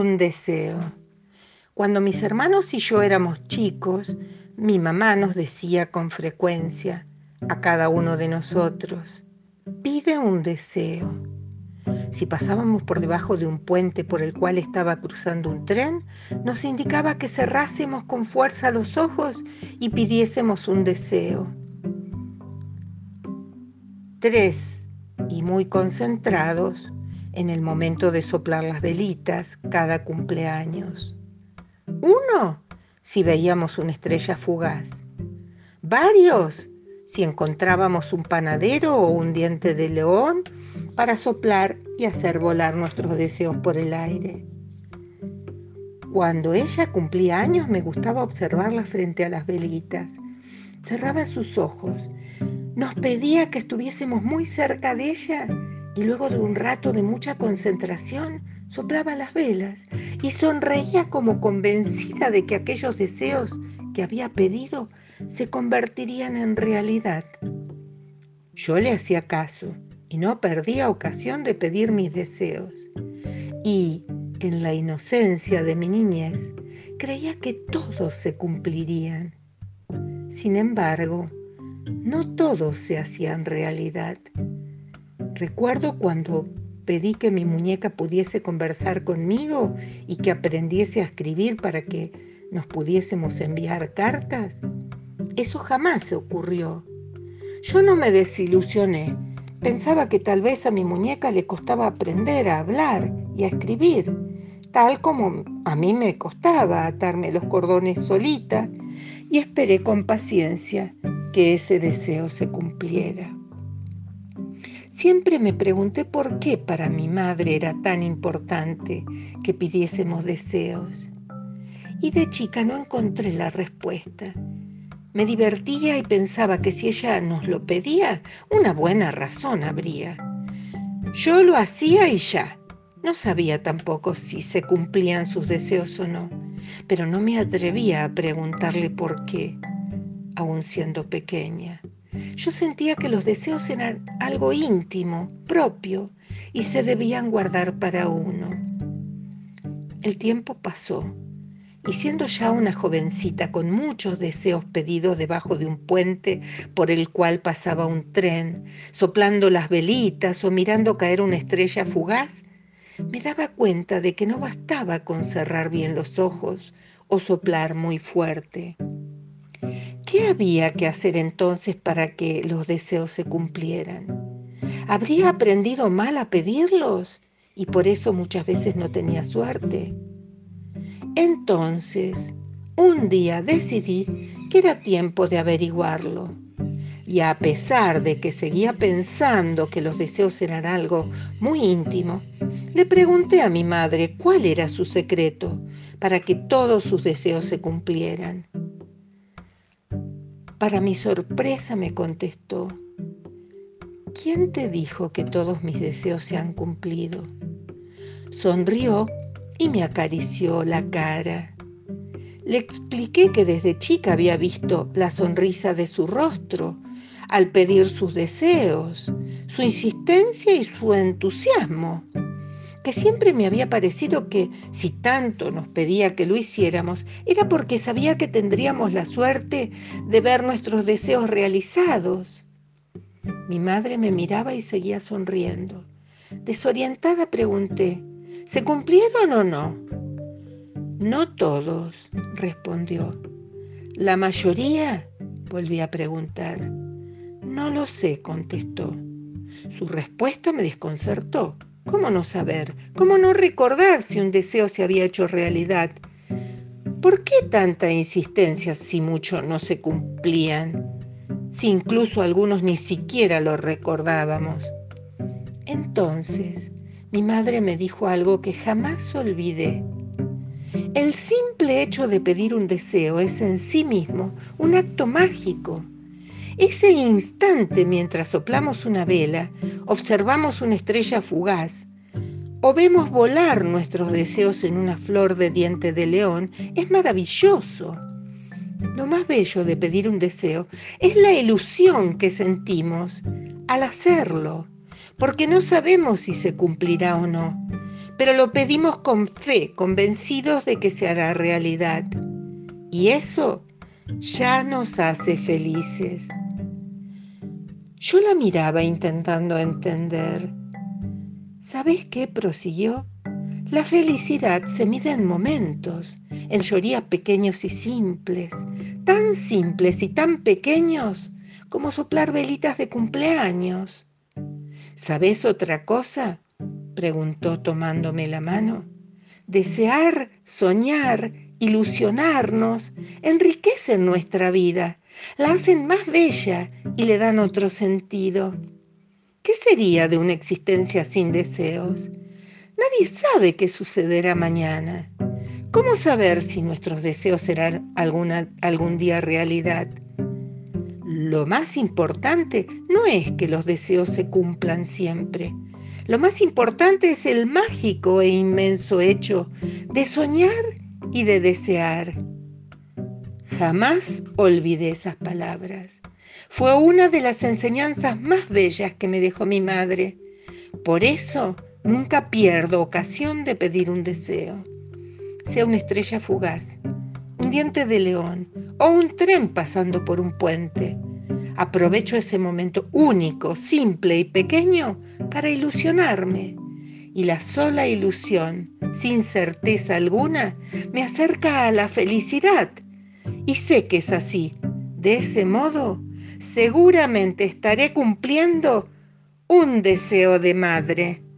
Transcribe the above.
Un deseo. Cuando mis hermanos y yo éramos chicos, mi mamá nos decía con frecuencia a cada uno de nosotros: pide un deseo. Si pasábamos por debajo de un puente por el cual estaba cruzando un tren, nos indicaba que cerrásemos con fuerza los ojos y pidiésemos un deseo. 3. Y muy concentrados en el momento de soplar las velitas cada cumpleaños. 1. Si veíamos una estrella fugaz. Varios, si encontrábamos un panadero o un diente de león para soplar y hacer volar nuestros deseos por el aire. Cuando ella cumplía años, me gustaba observarla frente a las velitas. Cerraba sus ojos, nos pedía que estuviésemos muy cerca de ella y luego de un rato de mucha concentración soplaba las velas y sonreía como convencida de que aquellos deseos que había pedido se convertirían en realidad. Yo le hacía caso y no perdía ocasión de pedir mis deseos. Y, en la inocencia de mi niñez, creía que todos se cumplirían. Sin embargo, no todos se hacían realidad. Recuerdo cuando pedí que mi muñeca pudiese conversar conmigo y que aprendiese a escribir para que nos pudiésemos enviar cartas. Eso jamás se ocurrió. Yo no me desilusioné. Pensaba que tal vez a mi muñeca le costaba aprender a hablar y a escribir, tal como a mí me costaba atarme los cordones solita, y esperé con paciencia que ese deseo se cumpliera. Siempre me pregunté por qué para mi madre era tan importante que pidiésemos deseos. Y de chica no encontré la respuesta. Me divertía y pensaba que si ella nos lo pedía, una buena razón habría. Yo lo hacía y ya. No sabía tampoco si se cumplían sus deseos o no, pero no me atrevía a preguntarle por qué, aún siendo pequeña. Yo sentía que los deseos eran algo íntimo, propio, y se debían guardar para uno. El tiempo pasó, y siendo ya una jovencita con muchos deseos pedidos debajo de un puente por el cual pasaba un tren, soplando las velitas o mirando caer una estrella fugaz, me daba cuenta de que no bastaba con cerrar bien los ojos o soplar muy fuerte. ¿Qué había que hacer entonces para que los deseos se cumplieran? ¿Habría aprendido mal a pedirlos y por eso muchas veces no tenía suerte? Entonces, un día decidí que era tiempo de averiguarlo. Y a pesar de que seguía pensando que los deseos eran algo muy íntimo, le pregunté a mi madre cuál era su secreto para que todos sus deseos se cumplieran. Para mi sorpresa me contestó: ¿quién te dijo que todos mis deseos se han cumplido? Sonrió y me acarició la cara. Le expliqué que desde chica había visto la sonrisa de su rostro al pedir sus deseos, su insistencia y su entusiasmo, que siempre me había parecido que si tanto nos pedía que lo hiciéramos, era porque sabía que tendríamos la suerte de ver nuestros deseos realizados. Mi madre me miraba y seguía sonriendo. Desorientada pregunté: ¿se cumplieron o no? No todos, respondió. ¿La mayoría? Volví a preguntar. No lo sé, contestó. Su respuesta me desconcertó. ¿Cómo no saber? ¿Cómo no recordar si un deseo se había hecho realidad? ¿Por qué tanta insistencia si muchos no se cumplían? Si incluso algunos ni siquiera lo recordábamos. Entonces, mi madre me dijo algo que jamás olvidé. El simple hecho de pedir un deseo es en sí mismo un acto mágico. Ese instante mientras soplamos una vela, observamos una estrella fugaz o vemos volar nuestros deseos en una flor de diente de león es maravilloso. Lo más bello de pedir un deseo es la ilusión que sentimos al hacerlo, porque no sabemos si se cumplirá o no, pero lo pedimos con fe, convencidos de que se hará realidad. Y eso ya nos hace felices. Yo la miraba intentando entender. ¿Sabes qué?, prosiguió. La felicidad se mide en momentos, en lloría pequeños y simples y tan pequeños como soplar velitas de cumpleaños. ¿Sabes otra cosa?, preguntó tomándome la mano. Desear, soñar, ilusionarnos enriquecen nuestra vida, la hacen más bella y le dan otro sentido. ¿Qué sería de una existencia sin deseos? Nadie sabe qué sucederá mañana. ¿Cómo saber si nuestros deseos serán algún día realidad? Lo más importante no es que los deseos se cumplan siempre. Lo más importante es el mágico e inmenso hecho de soñar y de desear. Jamás olvidé esas palabras. Fue una de las enseñanzas más bellas que me dejó mi madre. Por eso nunca pierdo ocasión de pedir un deseo. Sea una estrella fugaz, un diente de león o un tren pasando por un puente. Aprovecho ese momento único, simple y pequeño para ilusionarme. Y la sola ilusión, sin certeza alguna, me acerca a la felicidad. Y sé que es así. De ese modo, seguramente estaré cumpliendo un deseo de madre.